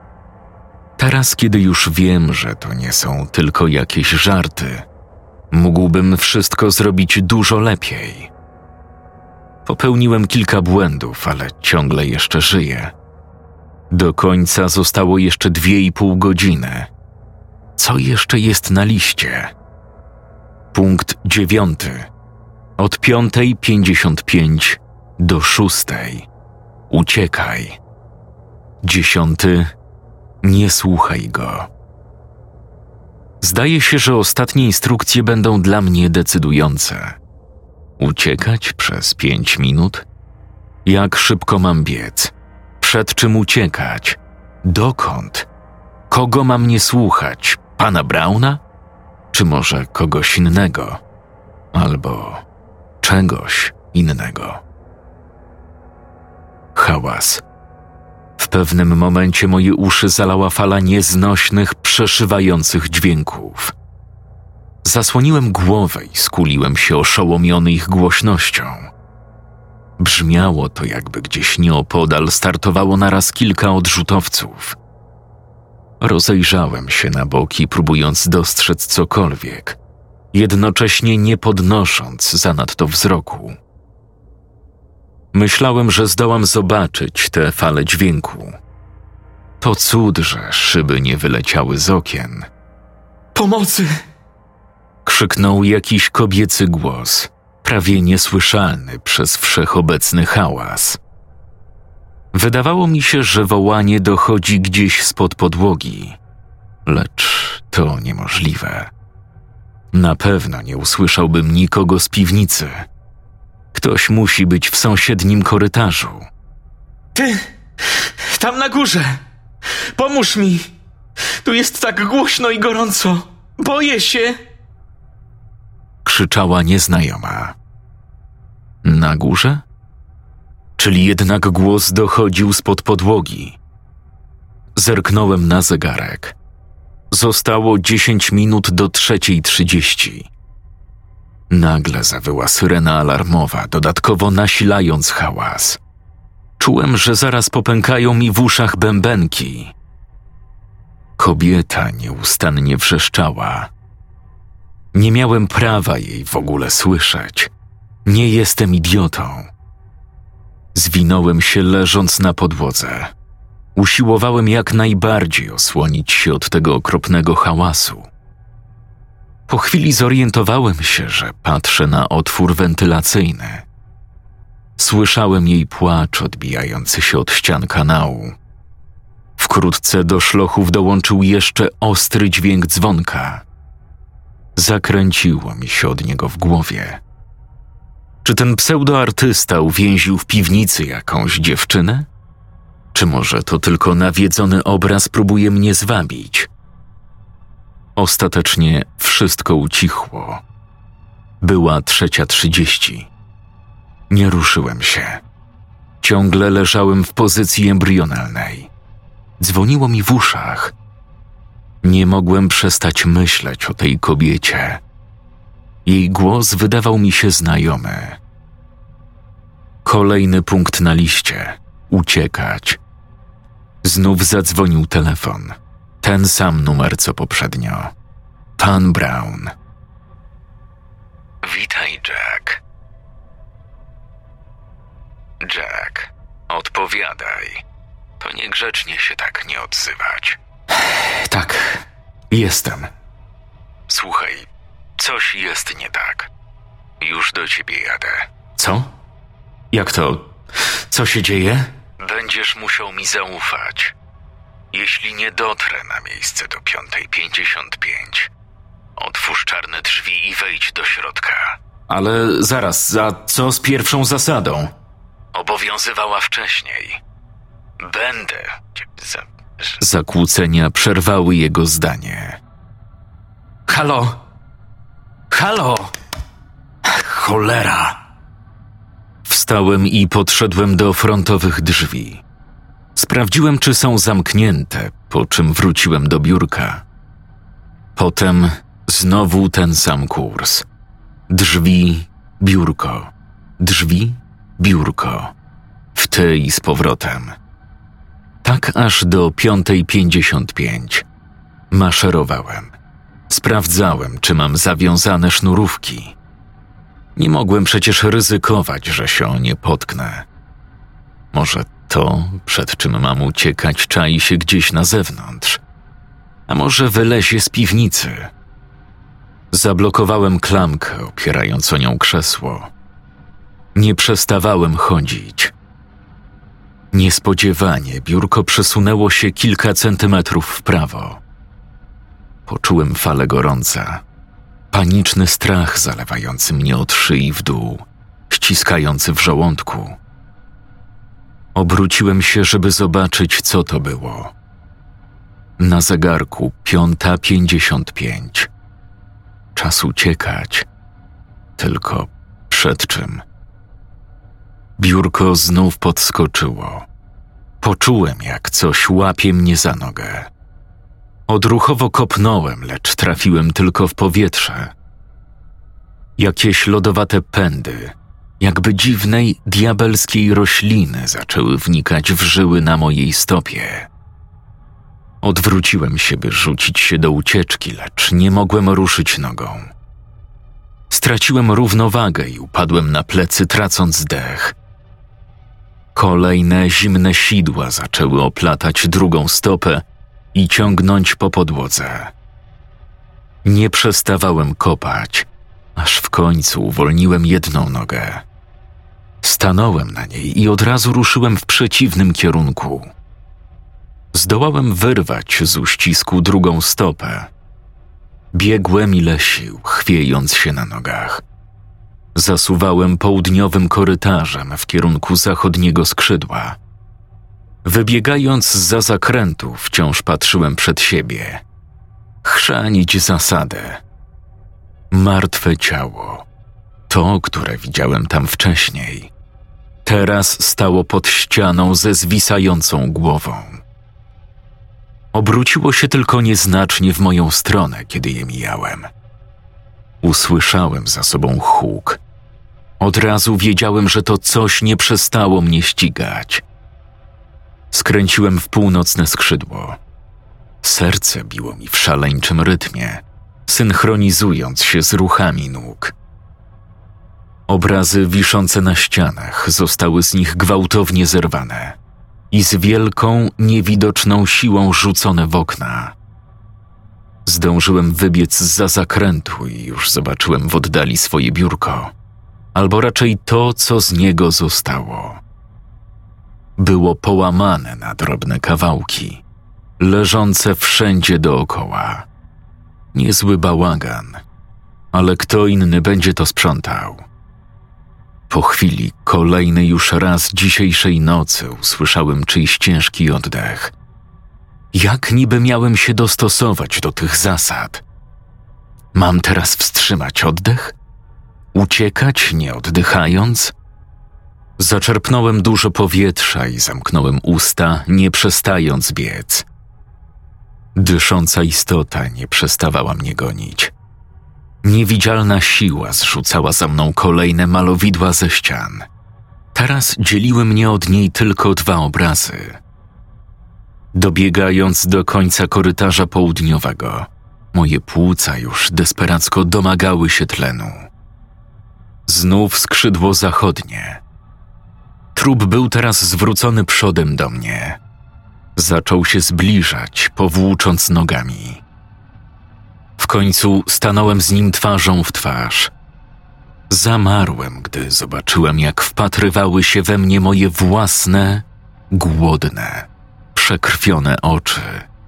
Teraz, kiedy już wiem, że to nie są tylko jakieś żarty, mógłbym wszystko zrobić dużo lepiej. Popełniłem kilka błędów, ale ciągle jeszcze żyję. Do końca zostało jeszcze dwie i pół godziny. Co jeszcze jest na liście? Punkt dziewiąty. Od piątej pięćdziesiąt pięć do szóstej. Uciekaj. Dziesiąty. Nie słuchaj go. Zdaje się, że ostatnie instrukcje będą dla mnie decydujące. Uciekać przez pięć minut? Jak szybko mam biec? Przed czym uciekać? Dokąd? Kogo mam nie słuchać? Pana Brauna? Czy może kogoś innego? Albo czegoś innego? Hałas. W pewnym momencie moje uszy zalała fala nieznośnych, przeszywających dźwięków. Zasłoniłem głowę i skuliłem się oszołomiony ich głośnością. Brzmiało to, jakby gdzieś nieopodal startowało naraz kilka odrzutowców. Rozejrzałem się na boki, próbując dostrzec cokolwiek, jednocześnie nie podnosząc zanadto wzroku. Myślałem, że zdołam zobaczyć te fale dźwięku. To cud, że szyby nie wyleciały z okien. Pomocy! Krzyknął jakiś kobiecy głos, prawie niesłyszalny przez wszechobecny hałas. Wydawało mi się, że wołanie dochodzi gdzieś spod podłogi, lecz to niemożliwe. Na pewno nie usłyszałbym nikogo z piwnicy. Ktoś musi być w sąsiednim korytarzu. Ty! Tam na górze! Pomóż mi! Tu jest tak głośno i gorąco! Boję się! Krzyczała nieznajoma. Na górze? Czyli jednak głos dochodził spod podłogi. Zerknąłem na zegarek. Zostało dziesięć minut do trzeciej trzydzieści. Nagle zawyła syrena alarmowa, dodatkowo nasilając hałas. Czułem, że zaraz popękają mi w uszach bębenki. Kobieta nieustannie wrzeszczała. Nie miałem prawa jej w ogóle słyszeć. Nie jestem idiotą. Zwinąłem się leżąc na podłodze. Usiłowałem jak najbardziej osłonić się od tego okropnego hałasu. Po chwili zorientowałem się, że patrzę na otwór wentylacyjny. Słyszałem jej płacz odbijający się od ścian kanału. Wkrótce do szlochów dołączył jeszcze ostry dźwięk dzwonka. Zakręciło mi się od niego w głowie. Czy ten pseudoartysta uwięził w piwnicy jakąś dziewczynę? Czy może to tylko nawiedzony obraz próbuje mnie zwabić? Ostatecznie wszystko ucichło. Była trzecia trzydzieści. Nie ruszyłem się. Ciągle leżałem w pozycji embrionalnej. Dzwoniło mi w uszach. Nie mogłem przestać myśleć o tej kobiecie. Jej głos wydawał mi się znajomy. Kolejny punkt na liście. Uciekać. Znów zadzwonił telefon. Ten sam numer co poprzednio. Pan Brown. Witaj, Jack. Jack, odpowiadaj. To niegrzecznie się tak nie odzywać. Tak, jestem. Słuchaj, coś jest nie tak. Już do ciebie jadę. Co? Jak to? Co się dzieje? Będziesz musiał mi zaufać. Jeśli nie dotrę na miejsce do piątej pięćdziesiąt pięć, otwórz czarne drzwi i wejdź do środka. Ale zaraz, a co z pierwszą zasadą? Obowiązywała wcześniej. Będę... Za... Zakłócenia przerwały jego zdanie. Halo! Halo! Cholera! Wstałem i podszedłem do frontowych drzwi. Sprawdziłem, czy są zamknięte, po czym wróciłem do biurka. Potem znowu ten sam kurs. Drzwi, biurko. Drzwi, biurko. W ty i z powrotem. Tak aż do piątej pięćdziesiąt pięć. Maszerowałem. Sprawdzałem, czy mam zawiązane sznurówki. Nie mogłem przecież ryzykować, że się o nie potknę. Może to, przed czym mam uciekać, czai się gdzieś na zewnątrz. A może wylezie z piwnicy. Zablokowałem klamkę, opierając o nią krzesło. Nie przestawałem chodzić. Niespodziewanie biurko przesunęło się kilka centymetrów w prawo. Poczułem falę gorąca. Paniczny strach zalewający mnie od szyi w dół, ściskający w żołądku. Obróciłem się, żeby zobaczyć, co to było. Na zegarku piąta pięćdziesiąt pięć. Czas uciekać. Tylko przed czym? Biurko znów podskoczyło. Poczułem, jak coś łapie mnie za nogę. Odruchowo kopnąłem, lecz trafiłem tylko w powietrze. Jakieś lodowate pędy, jakby dziwnej, diabelskiej rośliny zaczęły wnikać w żyły na mojej stopie. Odwróciłem się, by rzucić się do ucieczki, lecz nie mogłem ruszyć nogą. Straciłem równowagę i upadłem na plecy, tracąc dech. Kolejne zimne sidła zaczęły oplatać drugą stopę i ciągnąć po podłodze. Nie przestawałem kopać, aż w końcu uwolniłem jedną nogę. Stanąłem na niej i od razu ruszyłem w przeciwnym kierunku. Zdołałem wyrwać z uścisku drugą stopę. Biegłem ile sił, chwiejąc się na nogach. Zasuwałem południowym korytarzem w kierunku zachodniego skrzydła. Wybiegając zza zakrętu, wciąż patrzyłem przed siebie. Chrzanić zasadę. Martwe ciało, to, które widziałem tam wcześniej, teraz stało pod ścianą ze zwisającą głową. Obróciło się tylko nieznacznie w moją stronę, kiedy je mijałem. Usłyszałem za sobą huk. Od razu wiedziałem, że to coś nie przestało mnie ścigać. Skręciłem w północne skrzydło. Serce biło mi w szaleńczym rytmie, synchronizując się z ruchami nóg. Obrazy wiszące na ścianach zostały z nich gwałtownie zerwane i z wielką, niewidoczną siłą rzucone w okna. Zdążyłem wybiec zza zakrętu i już zobaczyłem w oddali swoje biurko, albo raczej to, co z niego zostało. Było połamane na drobne kawałki, leżące wszędzie dookoła. Niezły bałagan, ale kto inny będzie to sprzątał? Po chwili, kolejny już raz dzisiejszej nocy, usłyszałem czyjś ciężki oddech. Jak niby miałem się dostosować do tych zasad? Mam teraz wstrzymać oddech? Uciekać, nie oddychając? Zaczerpnąłem dużo powietrza i zamknąłem usta, nie przestając biec. Dysząca istota nie przestawała mnie gonić. Niewidzialna siła zrzucała za mną kolejne malowidła ze ścian. Teraz dzieliły mnie od niej tylko dwa obrazy. Dobiegając do końca korytarza południowego, moje płuca już desperacko domagały się tlenu. Znów skrzydło zachodnie. Trup był teraz zwrócony przodem do mnie. Zaczął się zbliżać, powłócząc nogami. W końcu stanąłem z nim twarzą w twarz. Zamarłem, gdy zobaczyłem, jak wpatrywały się we mnie moje własne, głodne, przekrwione oczy.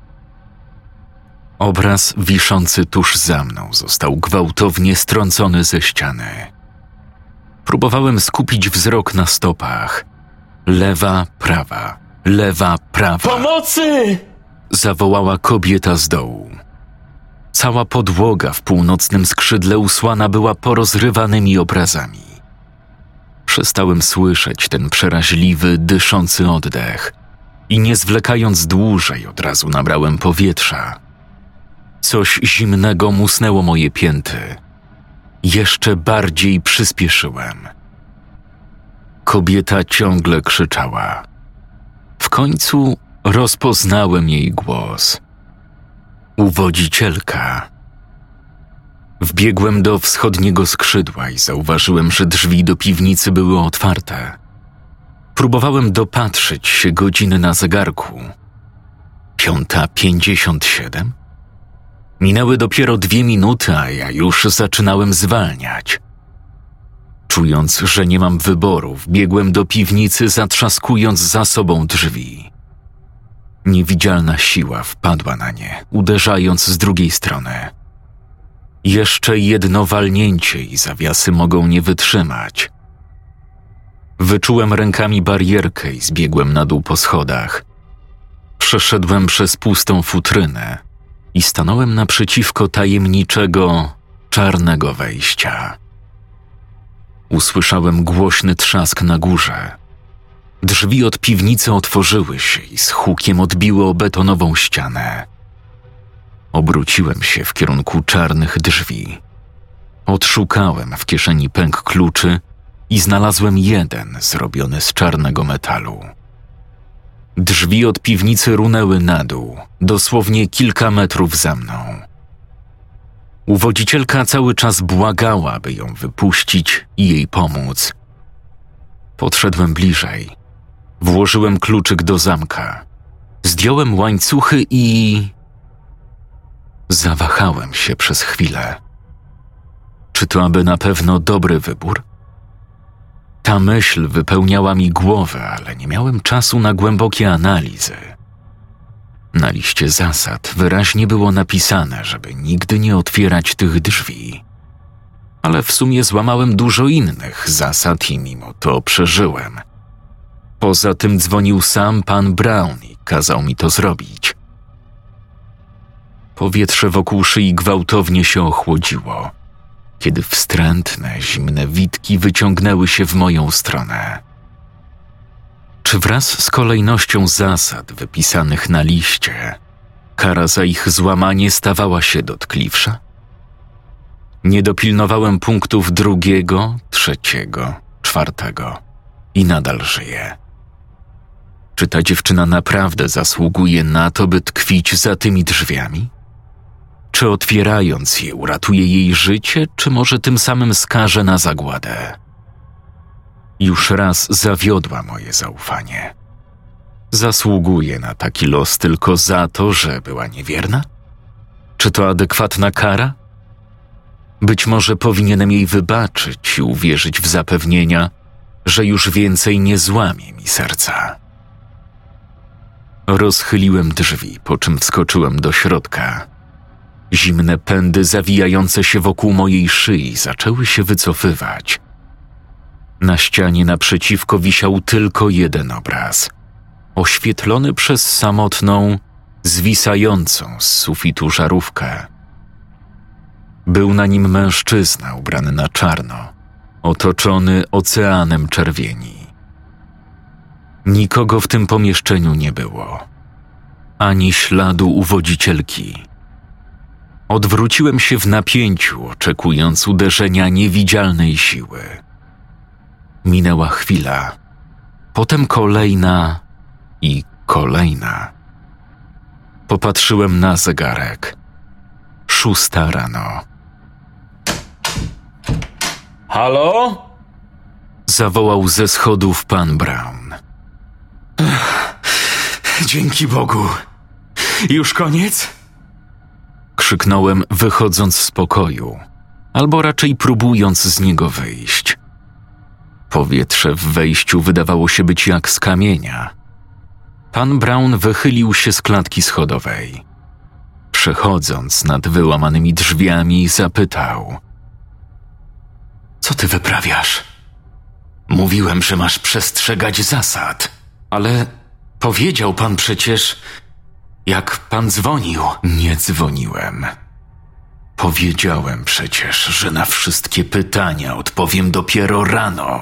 Obraz wiszący tuż za mną został gwałtownie strącony ze ściany. Próbowałem skupić wzrok na stopach. Lewa, prawa, lewa, prawa. Pomocy! Zawołała kobieta z dołu. Cała podłoga w północnym skrzydle usłana była porozrywanymi obrazami. Przestałem słyszeć ten przeraźliwy, dyszący oddech i nie zwlekając dłużej, od razu nabrałem powietrza. Coś zimnego musnęło moje pięty. Jeszcze bardziej przyspieszyłem. Kobieta ciągle krzyczała. W końcu rozpoznałem jej głos. Uwodzicielka. Wbiegłem do wschodniego skrzydła i zauważyłem, że drzwi do piwnicy były otwarte. Próbowałem dopatrzyć się godziny na zegarku. Piąta pięćdziesiąt siedem? Minęły dopiero dwie minuty, a ja już zaczynałem zwalniać. Czując, że nie mam wyboru, wbiegłem do piwnicy, zatrzaskując za sobą drzwi. Niewidzialna siła wpadła na nie, uderzając z drugiej strony. Jeszcze jedno walnięcie i zawiasy mogą nie wytrzymać. Wyczułem rękami barierkę i zbiegłem na dół po schodach. Przeszedłem przez pustą futrynę i stanąłem naprzeciwko tajemniczego, czarnego wejścia. Usłyszałem głośny trzask na górze. Drzwi od piwnicy otworzyły się i z hukiem odbiły o betonową ścianę. Obróciłem się w kierunku czarnych drzwi. Odszukałem w kieszeni pęk kluczy i znalazłem jeden zrobiony z czarnego metalu. Drzwi od piwnicy runęły na dół, dosłownie kilka metrów za mną. Uwodzicielka cały czas błagała, by ją wypuścić i jej pomóc. Podszedłem bliżej. Włożyłem kluczyk do zamka. Zdjąłem łańcuchy i... Zawahałem się przez chwilę. Czy to aby na pewno dobry wybór? Ta myśl wypełniała mi głowę, ale nie miałem czasu na głębokie analizy. Na liście zasad wyraźnie było napisane, żeby nigdy nie otwierać tych drzwi. Ale w sumie złamałem dużo innych zasad i mimo to przeżyłem. Poza tym dzwonił sam pan Brown i kazał mi to zrobić. Powietrze wokół szyi gwałtownie się ochłodziło, kiedy wstrętne, zimne witki wyciągnęły się w moją stronę. Czy wraz z kolejnością zasad wypisanych na liście, kara za ich złamanie stawała się dotkliwsza? Nie dopilnowałem punktów drugiego, trzeciego, czwartego i nadal żyję. Czy ta dziewczyna naprawdę zasługuje na to, by tkwić za tymi drzwiami? Czy otwierając je uratuje jej życie, czy może tym samym skaże na zagładę? Już raz zawiodła moje zaufanie. Zasługuje na taki los tylko za to, że była niewierna? Czy to adekwatna kara? Być może powinienem jej wybaczyć i uwierzyć w zapewnienia, że już więcej nie złamie mi serca. Rozchyliłem drzwi, po czym wskoczyłem do środka. Zimne pędy zawijające się wokół mojej szyi zaczęły się wycofywać. Na ścianie naprzeciwko wisiał tylko jeden obraz, oświetlony przez samotną, zwisającą z sufitu żarówkę. Był na nim mężczyzna ubrany na czarno, otoczony oceanem czerwieni. Nikogo w tym pomieszczeniu nie było, ani śladu uwodzicielki. Odwróciłem się w napięciu, oczekując uderzenia niewidzialnej siły. Minęła chwila, potem kolejna i kolejna. Popatrzyłem na zegarek. Szósta rano. Halo? Zawołał ze schodów pan Brown. Dzięki Bogu. Już koniec? Krzyknąłem, wychodząc z pokoju, albo raczej próbując z niego wyjść. Powietrze w wejściu wydawało się być jak z kamienia. Pan Brown wychylił się z klatki schodowej. Przechodząc nad wyłamanymi drzwiami, zapytał: Co ty wyprawiasz? Mówiłem, że masz przestrzegać zasad, ale powiedział pan przecież, jak pan dzwonił. Nie dzwoniłem. Powiedziałem przecież, że na wszystkie pytania odpowiem dopiero rano.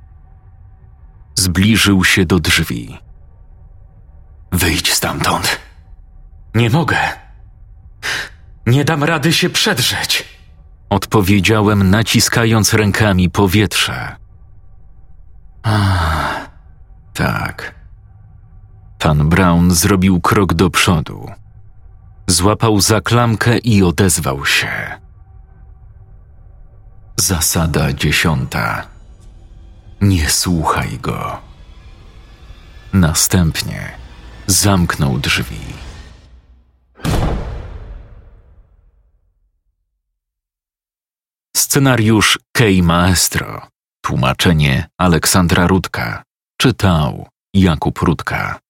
Zbliżył się do drzwi. Wyjdź stamtąd. Nie mogę. Nie dam rady się przedrzeć. Odpowiedziałem, naciskając rękami powietrze. A, tak. Pan Brown zrobił krok do przodu. Złapał za klamkę i odezwał się. Zasada dziesiąta. Nie słuchaj go. Następnie zamknął drzwi. Scenariusz Kej Maestro. Tłumaczenie Aleksandra Rudka. Czytał Jakub Rudka.